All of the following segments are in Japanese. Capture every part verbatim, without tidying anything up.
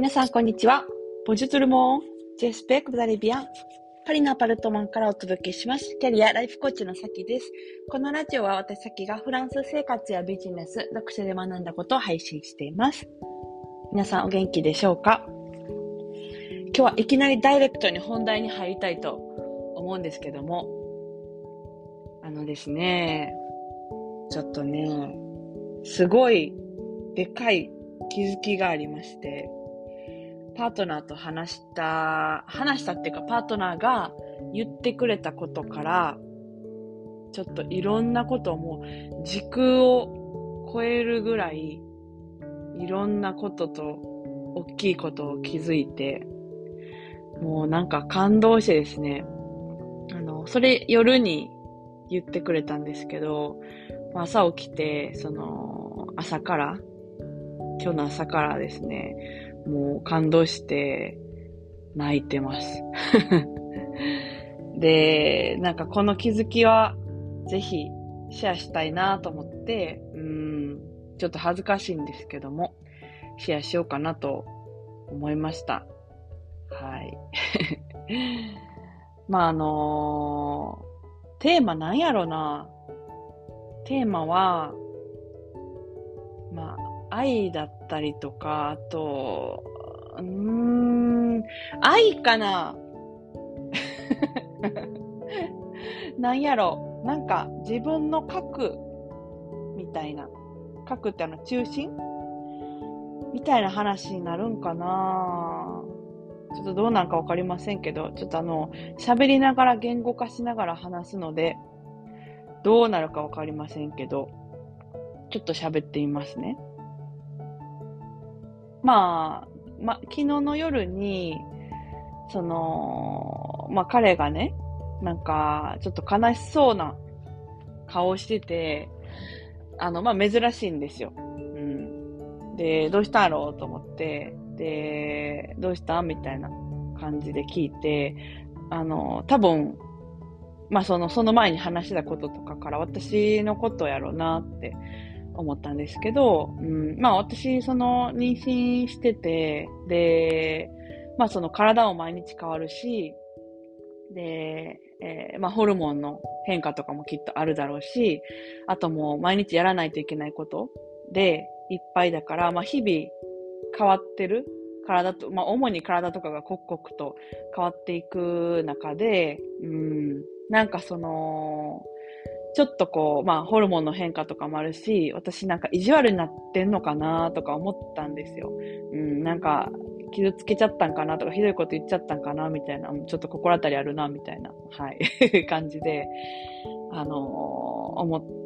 皆さん、こんにちは。Bonjour tout le monde. J'espère que vous allez bien. パリのアパルトマンからお届けします。キャリアライフコーチのさきです。このラジオは私さきがフランス生活やビジネス、読書で学んだことを配信しています。皆さんお元気でしょうか？今日はいきなりダイレクトに本題に入りたいと思うんですけども、あのですね、ちょっとね、すごいでかい気づきがありまして、パートナーと話した、話したっていうかパートナーが言ってくれたことから、ちょっといろんなことをもう時空を超えるぐらい、いろんなことと大きいことを気づいて、もうなんか感動してですね、あの、それ夜に言ってくれたんですけど、朝起きて、その、朝から、今日の朝からですね、もう感動して泣いてます。で、なんかこの気づきはぜひシェアしたいなと思って、うーん、ちょっと恥ずかしいんですけども、シェアしようかなと思いました。はい。まあ、あのー、テーマなんやろな。テーマは、まあ、愛だったりとか、あと、うーん、愛かななんやろなんか自分の核みたいな。核ってあの中心みたいな話になるんかな。ちょっとどうなんかわかりませんけど、ちょっとあの、喋りながら言語化しながら話すので、どうなるかわかりませんけど、ちょっと喋ってみますね。まあ、ま、昨日の夜に、その、まあ彼がね、なんか、ちょっと悲しそうな顔してて、あの、まあ珍しいんですよ。うん。で、どうしたんやろうと思って、で、どうしたみたいな感じで聞いて、あの、多分、まあその、その前に話したこととかから私のことやろうなって思ったんですけど、うん、まあ私、その、妊娠してて、で、まあその体も毎日変わるし、で、えー、まあホルモンの変化とかもきっとあるだろうし、あともう毎日やらないといけないことでいっぱいだから、まあ日々変わってる体と、まあ主に体とかが刻々と変わっていく中で、うん、なんかその、ちょっとこう、まあ、ホルモンの変化とかもあるし、私なんか意地悪になってんのかなとか思ったんですよ。うん、なんか、傷つけちゃったんかなとか、ひどいこと言っちゃったんかなみたいな、ちょっと心当たりあるなみたいな、はい、感じで、あのー、思って、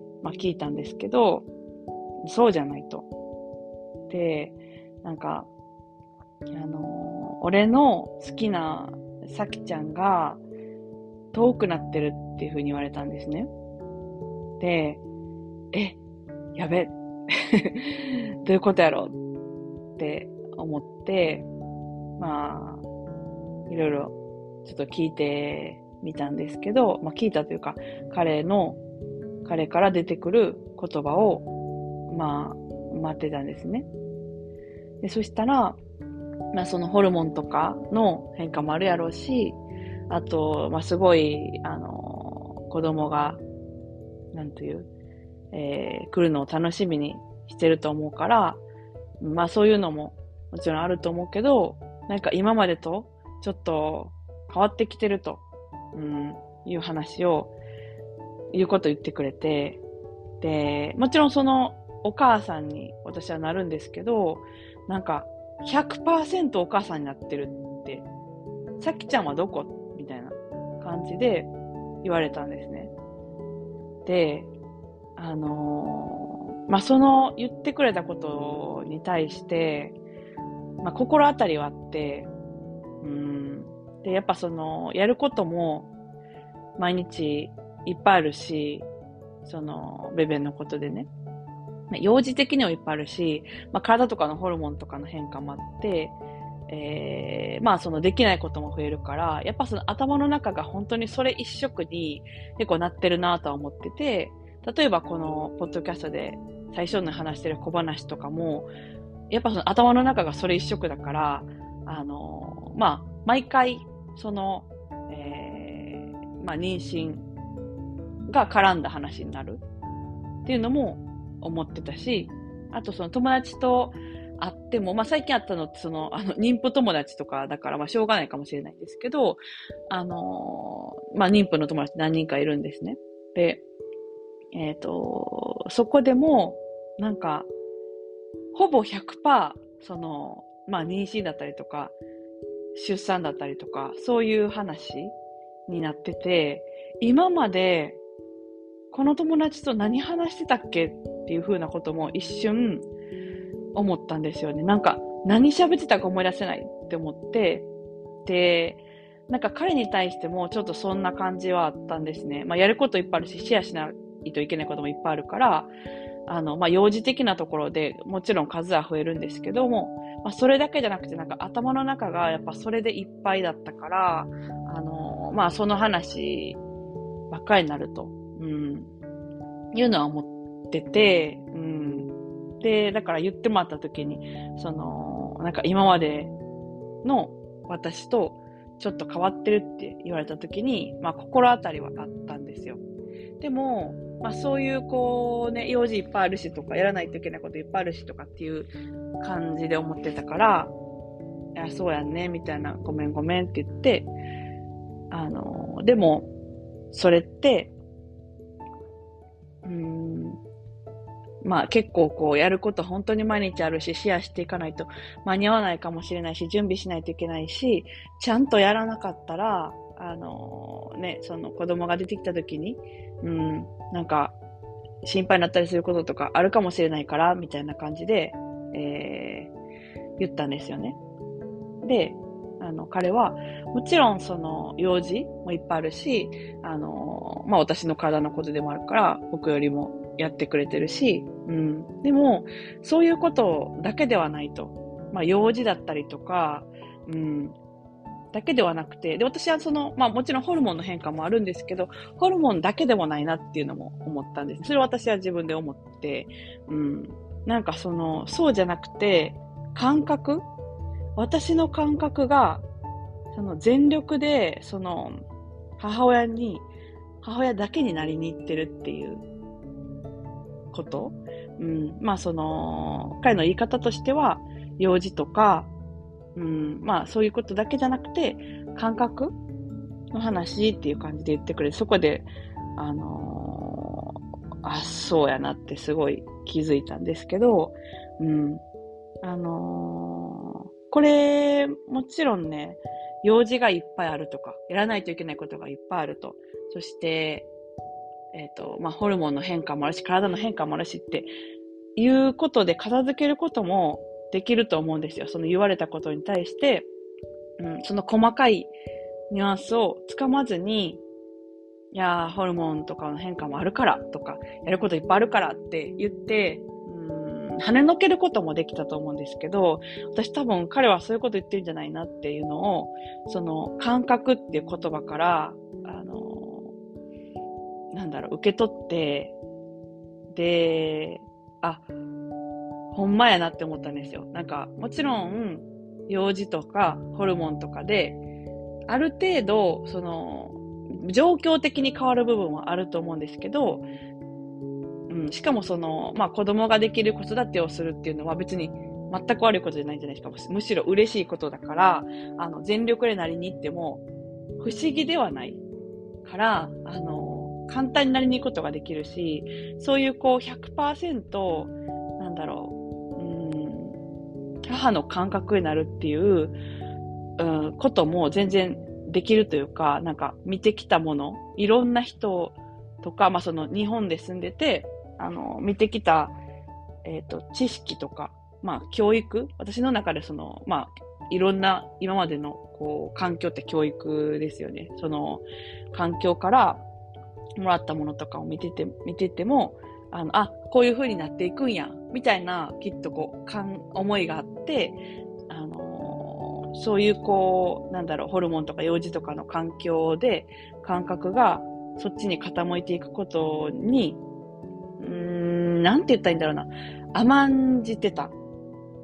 まあ、聞いたんですけど、そうじゃないと。で、なんか、あのー、俺の好きなさきちゃんが遠くなってるっていう風に言われたんですね。で、え、やべ、どういうことやろうって思って、まあ、いろいろちょっと聞いてみたんですけど、まあ聞いたというか、彼の、彼から出てくる言葉を、まあ、待ってたんですね。で、そしたら、まあそのホルモンとかの変化もあるやろうし、あと、まあすごい、あの、子供が、なんという、えー、来るのを楽しみにしてると思うから、まあそういうのももちろんあると思うけど、なんか今までとちょっと変わってきてると、うん、いう話を、いうこと言ってくれて、で、もちろんそのお母さんに私はなるんですけど、なんか ひゃくパーセント お母さんになってるって、さきちゃんはどこみたいな感じで言われたんですね。で、あのー、まあ、その言ってくれたことに対して、まあ、心当たりはあって、うん。で、やっぱその、やることも毎日いっぱいあるし、その、ベベのことでね。幼児的にはいっぱいあるし、まあ、体とかのホルモンとかの変化もあって、えー、まあそのできないことも増えるから、やっぱその頭の中が本当にそれ一色に結構なってるなとは思ってて、例えばこのポッドキャストで最初に話してる小話とかも、 やっぱその頭の中がそれ一色だから、あの、まあ、毎回、その、えー、まあ、妊娠が絡んだ話になるっていうのも思ってたし、あとその友達と会っても、まあ、最近会ったのってその、あの、妊婦友達とかだから、まあ、しょうがないかもしれないんですけど、あの、まあ、妊婦の友達何人かいるんですね。で、えっと、そこでも、なんか、ほぼ ひゃくパーセント、その、まあ、妊娠だったりとか、出産だったりとか、そういう話になってて、今まで、この友達と何話してたっけっていう風なことも一瞬思ったんですよね。なんか、何喋ってたか思い出せないって思って、で、なんか彼に対してもちょっとそんな感じはあったんですね。まあ、やることいっぱいあるし、シェアしないといけないこともいっぱいあるから、あの、まあ、幼児的なところでもちろん数は増えるんですけども、まあ、それだけじゃなくてなんか頭の中がやっぱそれでいっぱいだったから、あの、まあ、その話ばっかりになると、うん、いうのは思ってて、うん。で、だから言ってもらった時に、その、なんか今までの私とちょっと変わってるって言われた時に、まあ、心当たりはあったんですよ。でも、まあそういうこうね、用事いっぱいあるしとか、やらないといけないこといっぱいあるしとかっていう感じで思ってたから、いや、そうやんね、みたいな、ごめんごめんって言って、あの、でも、それって、うーん、まあ結構こうやること本当に毎日あるし、シェアしていかないと間に合わないかもしれないし、準備しないといけないし、ちゃんとやらなかったら、あのね、その子供が出てきた時に、うん、なんか心配になったりすることとかあるかもしれないから、みたいな感じで、えー、言ったんですよね。で、あの、彼は、もちろんその、用事もいっぱいあるし、あの、まあ、私の体のことでもあるから、僕よりもやってくれてるし、うん。でも、そういうことだけではないと。まあ、用事だったりとか、うん。だけではなくて、で、私はその、まあもちろんホルモンの変化もあるんですけど、ホルモンだけでもないなっていうのも思ったんです。それは私は自分で思って、うん。なんかその、そうじゃなくて、感覚私の感覚が、その全力で、その、母親に、母親だけになりに行ってるっていうこと。うん。まあその、彼の言い方としては、用事とか、うん、まあそういうことだけじゃなくて、感覚の話っていう感じで言ってくれて、そこで、あのーあ、そうやなってすごい気づいたんですけど、うん。あのーこれ、もちろんね、用事がいっぱいあるとか、やらないといけないことがいっぱいあると。そして、えっと、まあ、ホルモンの変化もあるし、体の変化もあるしっていうことで片付けることもできると思うんですよ。その言われたことに対して、うん、その細かいニュアンスをつかまずに、いやー、ホルモンとかの変化もあるからとか、やることいっぱいあるからって言って、うーん、跳ねのけることもできたと思うんですけど、私多分彼はそういうこと言ってるんじゃないなっていうのを、その感覚っていう言葉から、あのー、なんだろう、受け取って、で、あ、ほんまやなって思ったんですよ。なんか、もちろん、幼児とかホルモンとかで、ある程度、その、状況的に変わる部分はあると思うんですけど、うん、しかもその、まあ子供ができる子育てをするっていうのは別に全く悪いことじゃないんじゃないですか。むしろ嬉しいことだから、あの、全力でなりに行っても不思議ではないから、あの、簡単になりに行くことができるし、そういうこうひゃくパーセント、なんだろう、うん、母の感覚になるっていう、うん、ことも全然できるというか、なんか見てきたもの、いろんな人とか、まあその日本で住んでて、あの、見てきた、えっと、知識とか、まあ教育、私の中でその、まあ、いろんな今までのこう環境って教育ですよね。その環境からもらったものとかを見てて、見てても、あの、あ、こういう風になっていくんや、みたいな、きっとこう、かん、思いがあって、あの、そういうこう、なんだろう、ホルモンとか幼児とかの環境で、感覚がそっちに傾いていくことに、うーん、なんて言ったらいいんだろうな、甘んじてた。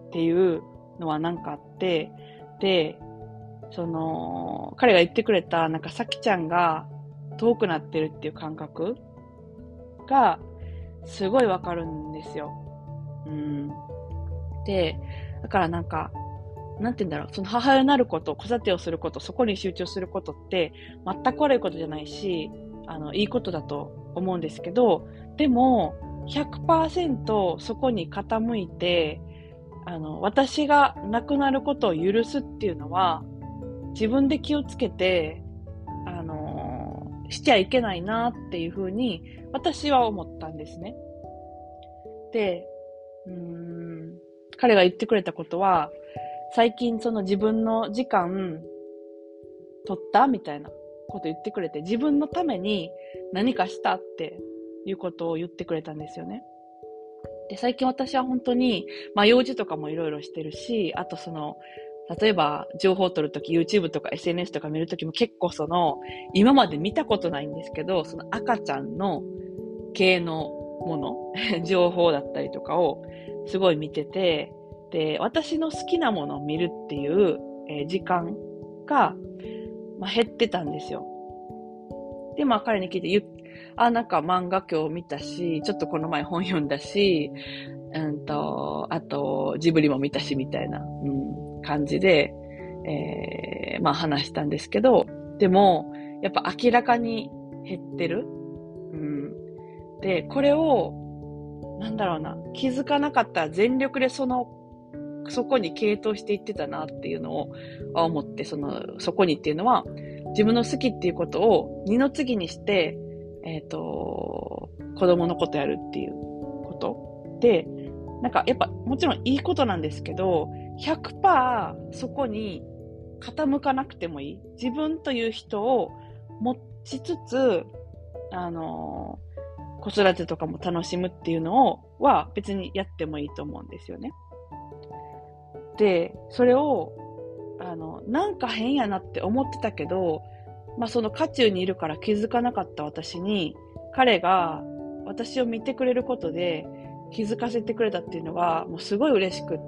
っていうのはなんかあって、で、その、彼が言ってくれた、なんか、さきちゃんが遠くなってるっていう感覚が、すごいわかるんですよ。うん。で、だからなんか、なんて言うんだろう、その母親になること、子育てをすること、そこに集中することって、全く悪いことじゃないし、あの、いいことだと思うんですけど、でも、ひゃくパーセントそこに傾いて、あの、私が亡くなることを許すっていうのは、自分で気をつけて、あの、しちゃいけないなっていうふうに、私は思ったんですね。で、うーん、彼が言ってくれたことは、最近その自分の時間取ったみたいなこと言ってくれて、自分のために何かしたっていうことを言ってくれたんですよね。で、最近私は本当に、まあ用事とかもいろいろしてるし、あとその、例えば情報を取るとき YouTube とか エスエヌエス とか見るときも結構その、今まで見たことないんですけど、その赤ちゃんの系のもの、情報だったりとかをすごい見てて、で、私の好きなものを見るっていう、えー時間が、まあ、減ってたんですよ。で、まあ彼に聞いて言っ、あ、なんか漫画今日見たし、ちょっとこの前本読んだし、うんと、あとジブリも見たしみたいな、うん、感じで、えー、まあ話したんですけど、でも、やっぱ明らかに減ってる。うん。で、これを、なんだろうな、気づかなかったら全力でその、そこに傾倒していってたなっていうのを思って、その、そこにっていうのは、自分の好きっていうことを二の次にして、えっと、子供のことやるっていうことで、なんかやっぱもちろんいいことなんですけど、ひゃくパーセントそこに傾かなくてもいい。自分という人を持ちつつ、あの、子育てとかも楽しむっていうのを、は別にやってもいいと思うんですよね。で、それを、あの、なんか変やなって思ってたけど、まあその渦中にいるから気づかなかった私に、彼が私を見てくれることで気づかせてくれたっていうのが、もうすごい嬉しくって、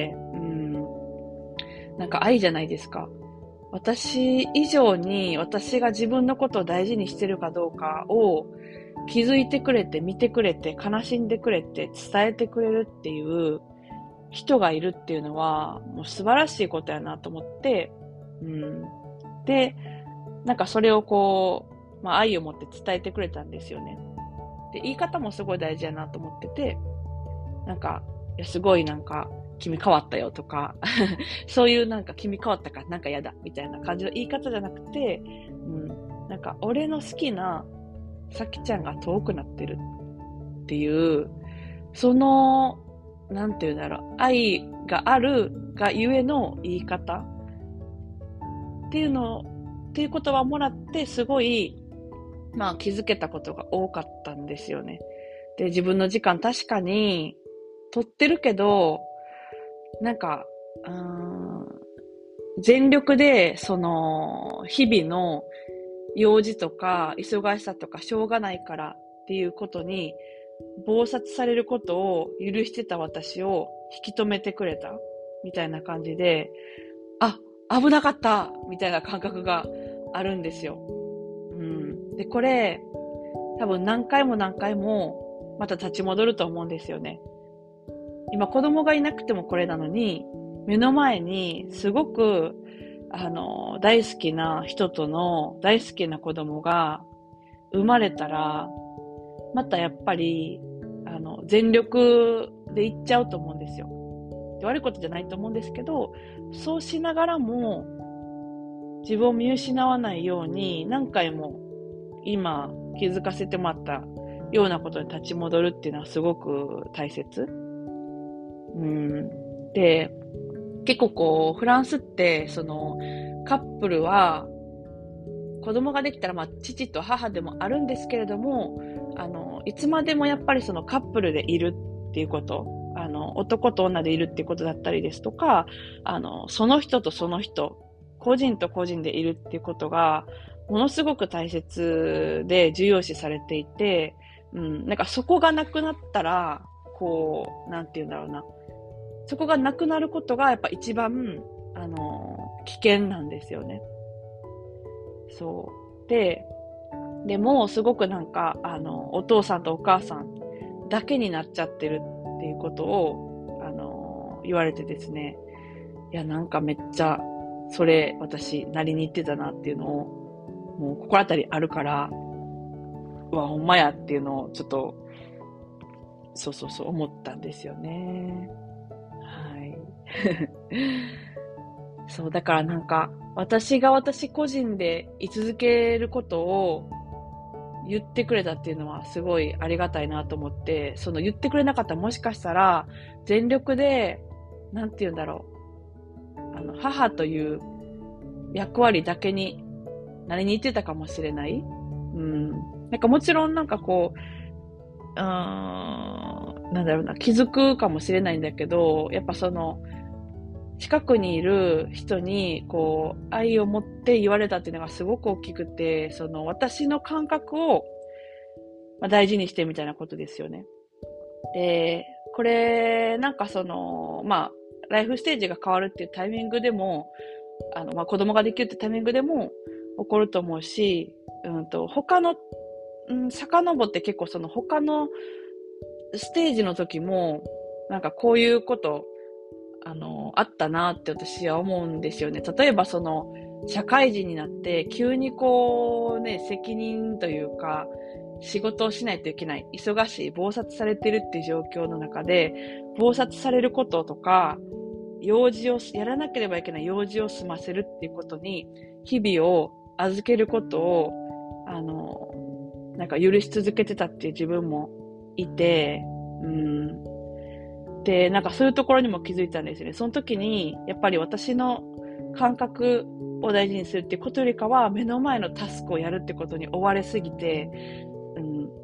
うん、なんか愛じゃないですか。私以上に私が自分のことを大事にしてるかどうかを気づいてくれて、見てくれて、悲しんでくれて、伝えてくれるっていう人がいるっていうのは、もう素晴らしいことやなと思って、うん。で、なんかそれをこう、まあ愛を持って伝えてくれたんですよね。で、言い方もすごい大事やなと思ってて、なんか、いやすごいなんか、君変わったよとか、そういうなんか君変わったからなんか嫌だみたいな感じの言い方じゃなくて、うん、なんか俺の好きなさきちゃんが遠くなってるっていう、その、なんていうんだろう、愛があるがゆえの言い方っていうのを、っていう言葉をもらって、すごい、まあ気づけたことが多かったんですよね。で、自分の時間確かに取ってるけど、なんか、うーん、全力で、その、日々の用事とか、忙しさとか、しょうがないからっていうことに、忙殺されることを許してた私を引き止めてくれたみたいな感じで、あ、危なかったみたいな感覚があるんですよ。うん。で、これ、多分何回も何回もまた立ち戻ると思うんですよね。今子供がいなくてもこれなのに、目の前にすごく、あの、大好きな人との大好きな子供が生まれたら、またやっぱり、あの、全力でいっちゃうと思うんですよ。で悪いことじゃないと思うんですけど、そうしながらも、自分を見失わないように、何回も今気づかせてもらったようなことに立ち戻るっていうのはすごく大切。うん。で、結構こう、フランスって、その、カップルは、子供ができたら、まあ、父と母でもあるんですけれども、あの、いつまでもやっぱりそのカップルでいるっていうこと、あの、男と女でいるっていうことだったりですとか、あの、その人とその人、個人と個人でいるっていうことが、ものすごく大切で重要視されていて、うん、なんかそこがなくなったら、こう、なんていうんだろうな、 そこがなくなることがやっぱ一番、あの、危険なんですよね。そう。で、でも、すごくなんか、あの、お父さんとお母さんだけになっちゃってるっていうことを、あの、言われてですね。いや、なんかめっちゃ、それ、私、なりに言ってたなっていうのを、もう心当たりあるから、うわ、ほんまやっていうのを、ちょっと、そうそうそう、思ったんですよね。はい。そう、だからなんか、私が私個人で居続けることを言ってくれたっていうのはすごいありがたいなと思って、その言ってくれなかったらもしかしたら、全力で、なんて言うんだろう、あの、母という役割だけになりに行ってたかもしれない。うん。なんかもちろんなんかこう、うーん、なんだろうな、気づくかもしれないんだけど、やっぱその、近くにいる人に、こう、愛を持って言われたっていうのがすごく大きくて、その、私の感覚を、まあ、大事にしてみたいなことですよね。で、これ、なんかその、まあ、ライフステージが変わるっていうタイミングでも、あの、まあ、子供ができるってタイミングでも起こると思うし、うんと、他の、うん、遡って結構その他のステージの時も、なんかこういうこと、あの、あったなって私は思うんですよね。例えばその、社会人になって急にこうね、責任というか、仕事をしないといけない。忙しい、忙殺されてるっていう状況の中で、忙殺されることとか、用事を、やらなければいけない用事を済ませるっていうことに、日々を預けることを、あの、なんか許し続けてたっていう自分もいて、うん。で、なんかそういうところにも気づいたんですよね。その時に、やっぱり私の感覚を大事にするっていうことよりかは、目の前のタスクをやるってことに追われすぎて、うん、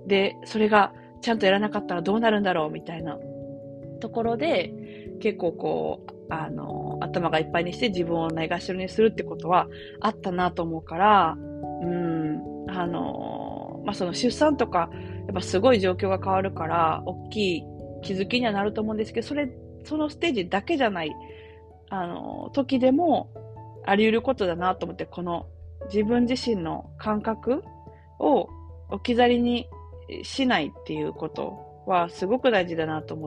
で、それがちゃんとやらなかったらどうなるんだろうみたいなところで、結構こう、あの、頭がいっぱいにして自分をないがしろにするってことはあったなと思うから、うん、あの、まあ、その出産とか、やっぱすごい状況が変わるから、大きい気づきにはなると思うんですけど、それ、そのステージだけじゃない、あの、時でもあり得ることだなと思って、この自分自身の感覚を置き去りにしないっていうことはすごく大事だなと思って、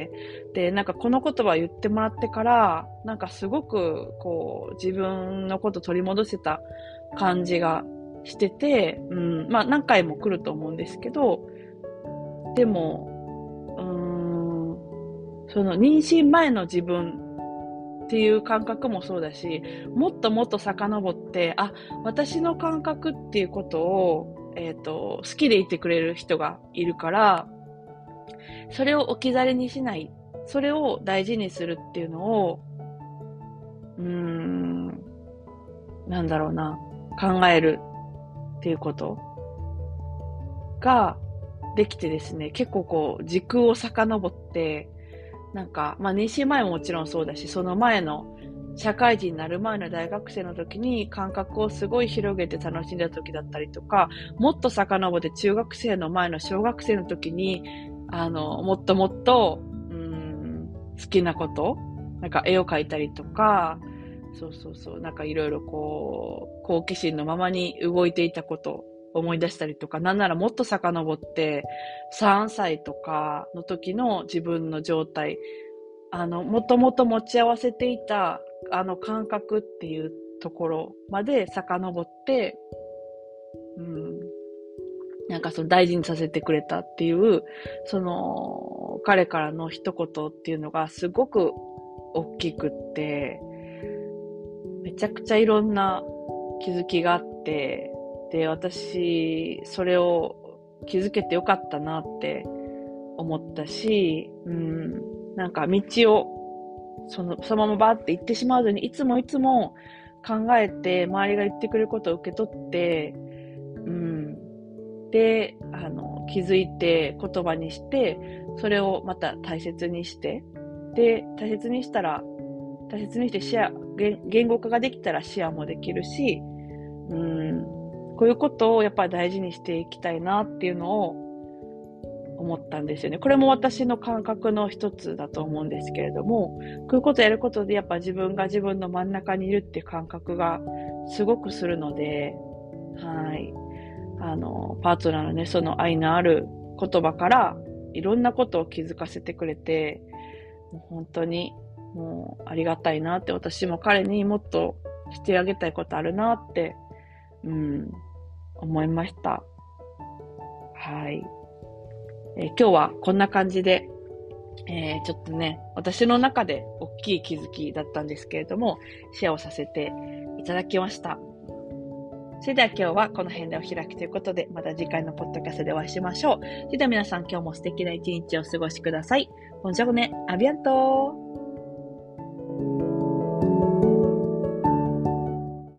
で、なんかこの言葉を言ってもらってから、なんかすごくこう自分のこと取り戻せた感じがしてて、うん、まあ何回も来ると思うんですけど、でも、うーん、その妊娠前の自分っていう感覚もそうだし、もっともっと遡って、あ、私の感覚っていうことを、えっと、好きでいてくれる人がいるから、それを置き去りにしない、それを大事にするっていうのを、うーん、なんだろうな、考えるっていうことができてですね、結構こう、時空を遡って、なんか、まあ、妊娠前ももちろんそうだし、その前の、社会人になる前の大学生の時に感覚をすごい広げて楽しんだ時だったりとか、もっと遡って中学生の前の小学生の時に、あの、もっともっと、うーん、好きなこと、なんか絵を描いたりとか、そうそうそう、なんかいろいろこう、好奇心のままに動いていたこと思い出したりとか、なんならもっと遡って、さんさいとかの時の自分の状態、あの、もともと持ち合わせていた、あの感覚っていうところまで遡って、うん、なんかその大事にさせてくれたっていう、その、彼からの一言っていうのがすごく大きくって、めちゃくちゃいろんな気づきがあって、で、私、それを気づけてよかったなって思ったし、うん、なんか道を、その、そのままバーって行ってしまうのに、いつもいつも考えて、周りが言ってくれることを受け取って、うん、で、あの、気づいて言葉にして、それをまた大切にして、で、大切にしたら、大切にしてシェア、言言語化ができたらシェアもできるし、うん、こういうことをやっぱり大事にしていきたいなっていうのを思ったんですよね。これも私の感覚の一つだと思うんですけれども、こういうことやることでやっぱ自分が自分の真ん中にいるっていう感覚がすごくするので、はい。あの、パートナーのね、その愛のある言葉からいろんなことを気づかせてくれて、もう本当にもうありがたいなって、私も彼にもっとしてあげたいことあるなって、うん、思いました。はい。えー今日はこんな感じで、えーちょっとね、私の中で大きい気づきだったんですけれども、シェアをさせていただきました。それでは今日はこの辺でお開きということで、また次回のポッドキャストでお会いしましょう。それでは皆さん今日も素敵な一日をお過ごしください。ボンジョルネ、アビアントー